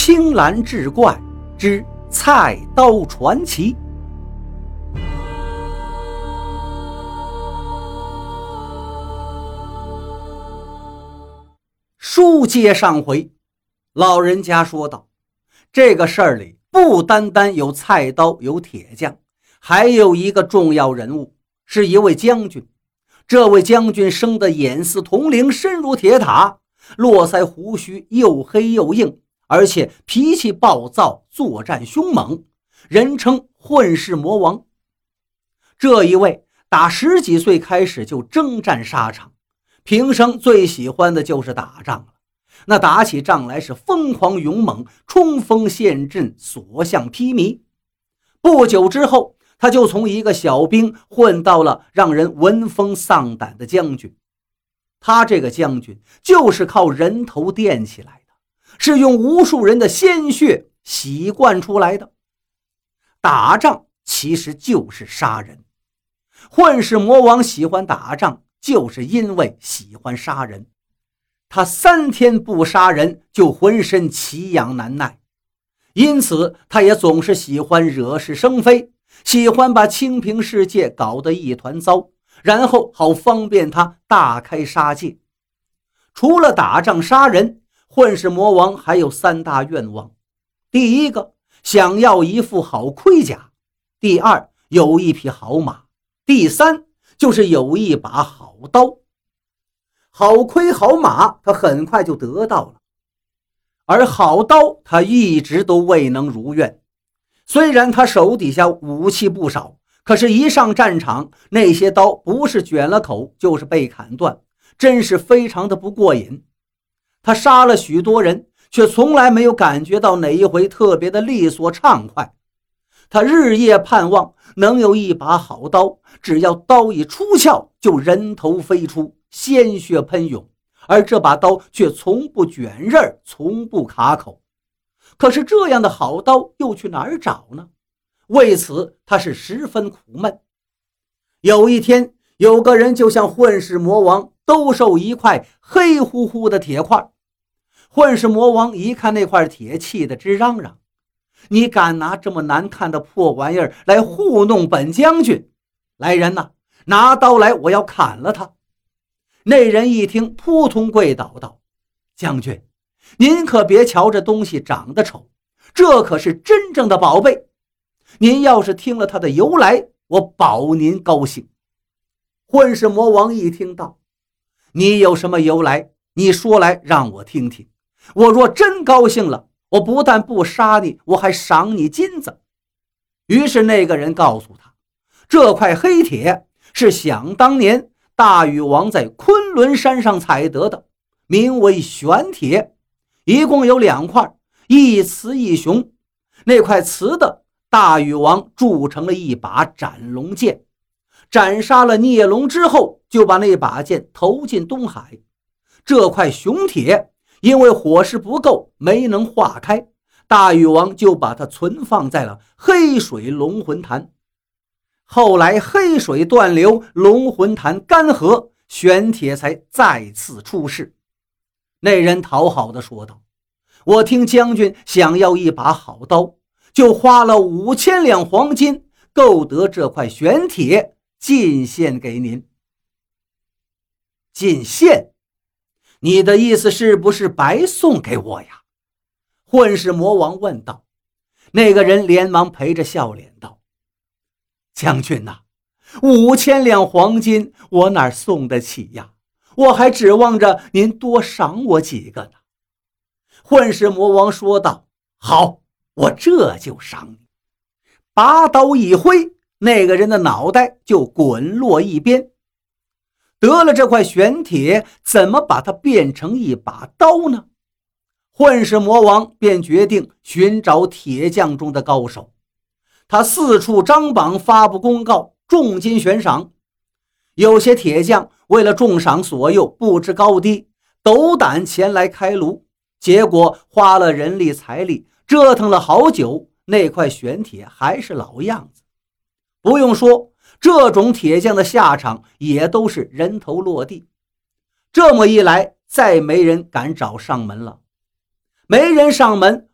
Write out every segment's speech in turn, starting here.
青蓝志怪之菜刀传奇。书接上回，老人家说道，这个事儿里不单单有菜刀有铁匠，还有一个重要人物，是一位将军。这位将军生得眼似铜铃，身如铁塔，络腮胡须又黑又硬，而且脾气暴躁，作战凶猛，人称混世魔王。这一位打10几岁开始就征战沙场，平生最喜欢的就是打仗了。那打起仗来是疯狂勇猛，冲锋陷阵，所向披靡。不久之后，他就从一个小兵混到了让人闻风丧胆的将军。他这个将军就是靠人头垫起来的，是用无数人的鲜血洗灌出来的。打仗其实就是杀人，混世魔王喜欢打仗，就是因为喜欢杀人。他3天不杀人就浑身奇痒难耐，因此他也总是喜欢惹是生非，喜欢把清平世界搞得一团糟，然后好方便他大开杀戒。除了打仗杀人，混世魔王还有3大愿望。第一个，想要一副好盔甲；第二，有一匹好马；第三，就是有一把好刀。好盔好马他很快就得到了，而好刀他一直都未能如愿。虽然他手底下武器不少，可是一上战场，那些刀不是卷了口就是被砍断，真是非常的不过瘾。他杀了许多人，却从来没有感觉到哪一回特别的利索畅快。他日夜盼望能有一把好刀，只要刀一出鞘就人头飞出，鲜血喷涌，而这把刀却从不卷刃，从不卡口。可是这样的好刀又去哪儿找呢？为此他是十分苦闷。有一天，有个人就向混世魔王兜售一块黑乎乎的铁块。混世魔王一看那块铁，气得直嚷嚷，你敢拿这么难看的破玩意儿来糊弄本将军？来人呐，拿刀来，我要砍了他。那人一听，扑通跪倒道，将军，您可别瞧这东西长得丑，这可是真正的宝贝。您要是听了它的由来，我保您高兴。混世魔王一听到，你有什么由来？你说来让我听听。我若真高兴了，我不但不杀你，我还赏你金子。于是那个人告诉他，这块黑铁是想当年大禹王在昆仑山上采得的，名为玄铁，一共有2块，一雌一雄。那块雌的，大禹王铸成了一把斩龙剑，斩杀了孽龙之后，就把那把剑投进东海。这块雄铁因为火势不够，没能化开，大禹王就把它存放在了黑水龙魂坛。后来黑水断流，龙魂坛干涸，玄铁才再次出世。那人讨好地说道，我听将军想要一把好刀，就花了5000两黄金，购得这块玄铁，进献给您。进献？你的意思是不是白送给我呀？混世魔王问道。那个人连忙陪着笑脸道，将军呐，5000两黄金我哪送得起呀？我还指望着您多赏我几个呢。混世魔王说道，好，我这就赏你。拔刀一挥，那个人的脑袋就滚落一边。得了这块玄铁，怎么把它变成一把刀呢？混世魔王便决定寻找铁匠中的高手。他四处张榜发布公告，重金悬赏。有些铁匠为了重赏所诱，不知高低，斗胆前来开炉，结果花了人力财力，折腾了好久，那块玄铁还是老样子。不用说，这种铁匠的下场也都是人头落地。这么一来，再没人敢找上门了。没人上门，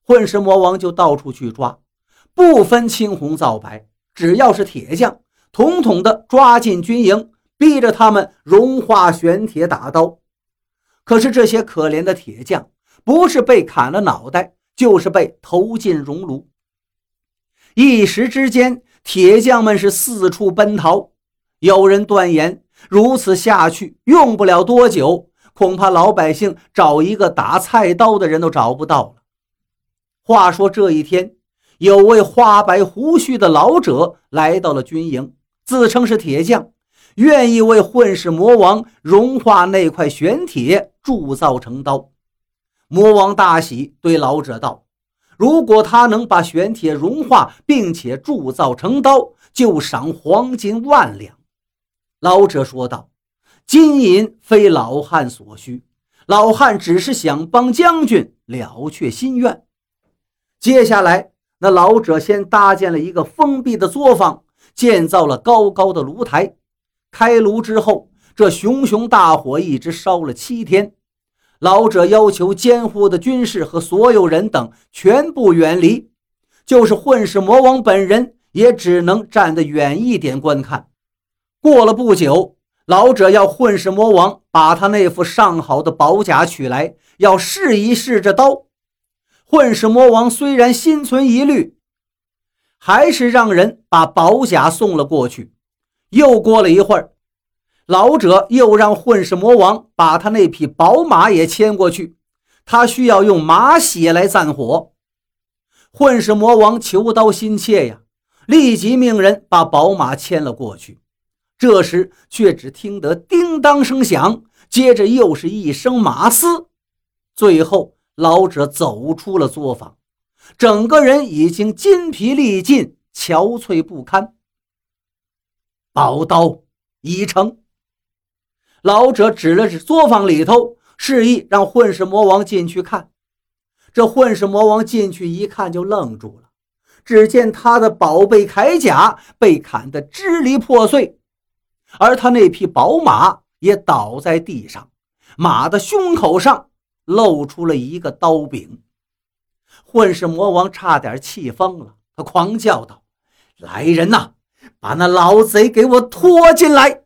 混世魔王就到处去抓，不分青红皂白，只要是铁匠，统统的抓进军营，逼着他们融化玄铁打刀。可是这些可怜的铁匠，不是被砍了脑袋，就是被投进熔炉。一时之间，铁匠们是四处奔逃。有人断言，如此下去，用不了多久，恐怕老百姓找一个打菜刀的人都找不到了。话说这一天，有位花白胡须的老者来到了军营，自称是铁匠，愿意为混世魔王融化那块玄铁，铸造成刀。魔王大喜，对老者道：如果他能把玄铁融化并且铸造成刀，就赏黄金10000两。老者说道：金银非老汉所需，老汉只是想帮将军了却心愿。接下来，那老者先搭建了一个封闭的作坊，建造了高高的炉台。开炉之后，这熊熊大火一直烧了7天。老者要求监护的军士和所有人等全部远离，就是混世魔王本人也只能站得远一点观看。过了不久，老者要混世魔王把他那副上好的宝甲取来，要试一试这刀。混世魔王虽然心存疑虑，还是让人把宝甲送了过去。又过了一会儿，老者又让混世魔王把他那匹宝马也牵过去，他需要用马血来暂火。混世魔王求刀心切呀，立即命人把宝马牵了过去。这时却只听得叮当声响，接着又是一声马嘶，最后老者走出了作坊，整个人已经筋疲力尽，憔悴不堪。宝刀已成。老者指了指作坊里头，示意让混世魔王进去看。这混世魔王进去一看就愣住了，只见他的宝贝铠甲被砍得支离破碎，而他那匹宝马也倒在地上，马的胸口上露出了一个刀柄。混世魔王差点气疯了，他狂叫道：来人呐，把那老贼给我拖进来！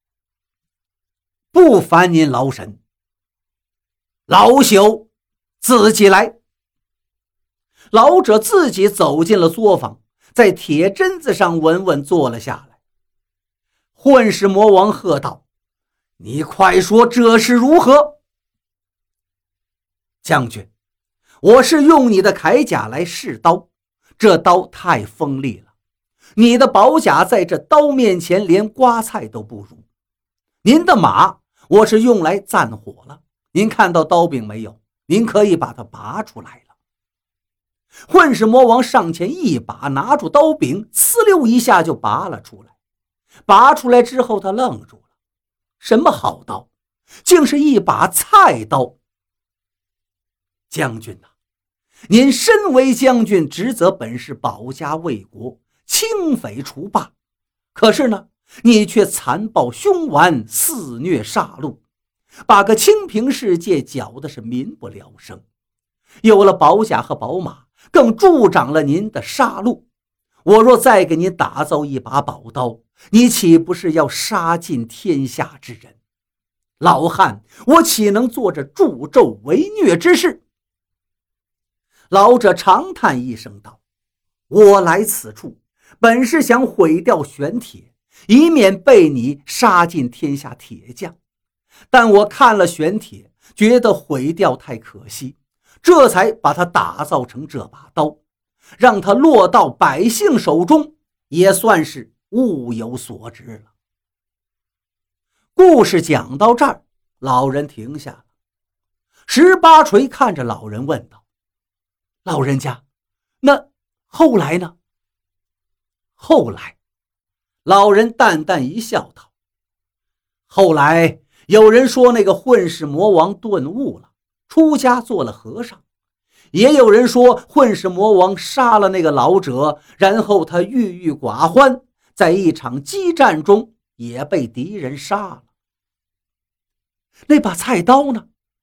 不烦您劳神，老朽自己来。老者自己走进了作坊，在铁砧子上稳稳坐了下来。混世魔王喝道：你快说这是如何？将军，我是用你的铠甲来试刀，这刀太锋利了，你的宝甲在这刀面前连刮菜都不如。您的马我是用来暂火了，您看到刀柄没有？您可以把它拔出来了。混世魔王上前一把拿住刀柄，呲溜一下就拔了出来。拔出来之后他愣住了，什么好刀？竟是一把菜刀。将军啊，您身为将军，职责本是保家卫国，清匪除霸，可是呢，你却残暴凶顽，肆虐杀戮，把个清平世界搅得是民不聊生。有了宝甲和宝马，更助长了您的杀戮。我若再给您打造一把宝刀，你岂不是要杀尽天下之人？老汉，我岂能做这助纣为虐之事？老者长叹一声道：我来此处本是想毁掉玄铁，以免被你杀尽天下铁匠，但我看了玄铁，觉得毁掉太可惜，这才把它打造成这把刀，让它落到百姓手中，也算是物有所值了。故事讲到这儿，老人停下了。18锤看着老人问道：老人家，那后来呢？后来，老人淡淡一笑道：后来有人说那个混世魔王顿悟了，出家做了和尚，也有人说混世魔王杀了那个老者，然后他郁郁寡欢，在一场激战中也被敌人杀了。那把菜刀呢？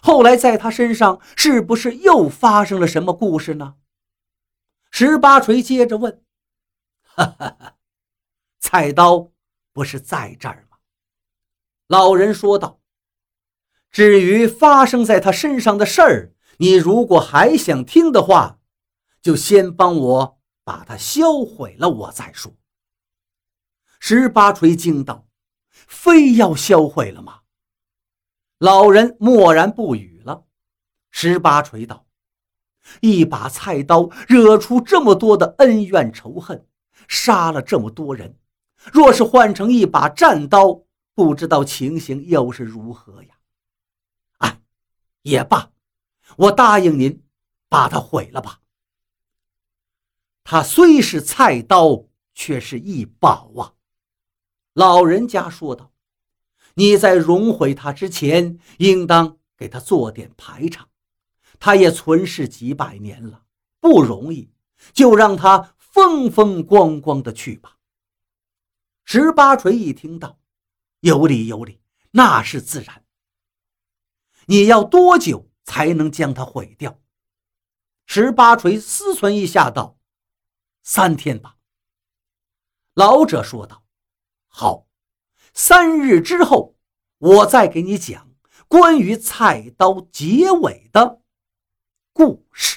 后来在他身上是不是又发生了什么故事呢？十八锤接着问。哈哈哈，菜刀不是在这儿吗？老人说道。至于发生在他身上的事儿，你如果还想听的话，就先帮我把它销毁了我再说。十八锤惊道，非要销毁了吗？老人默然不语了。十八锤道，一把菜刀惹出这么多的恩怨仇恨，杀了这么多人，若是换成一把战刀，不知道情形又是如何呀。哎，也罢，我答应您，把它毁了吧。它虽是菜刀，却是一宝啊。老人家说道，你在熔毁它之前，应当给它做点排场。它也存世几百年了，不容易，就让它风风光光的去吧。十八锤一听到，有理有理，那是自然。你要多久才能将它毁掉？十八锤思忖一下道：3天吧。老者说道：好，3日之后我再给你讲关于菜刀结尾的故事。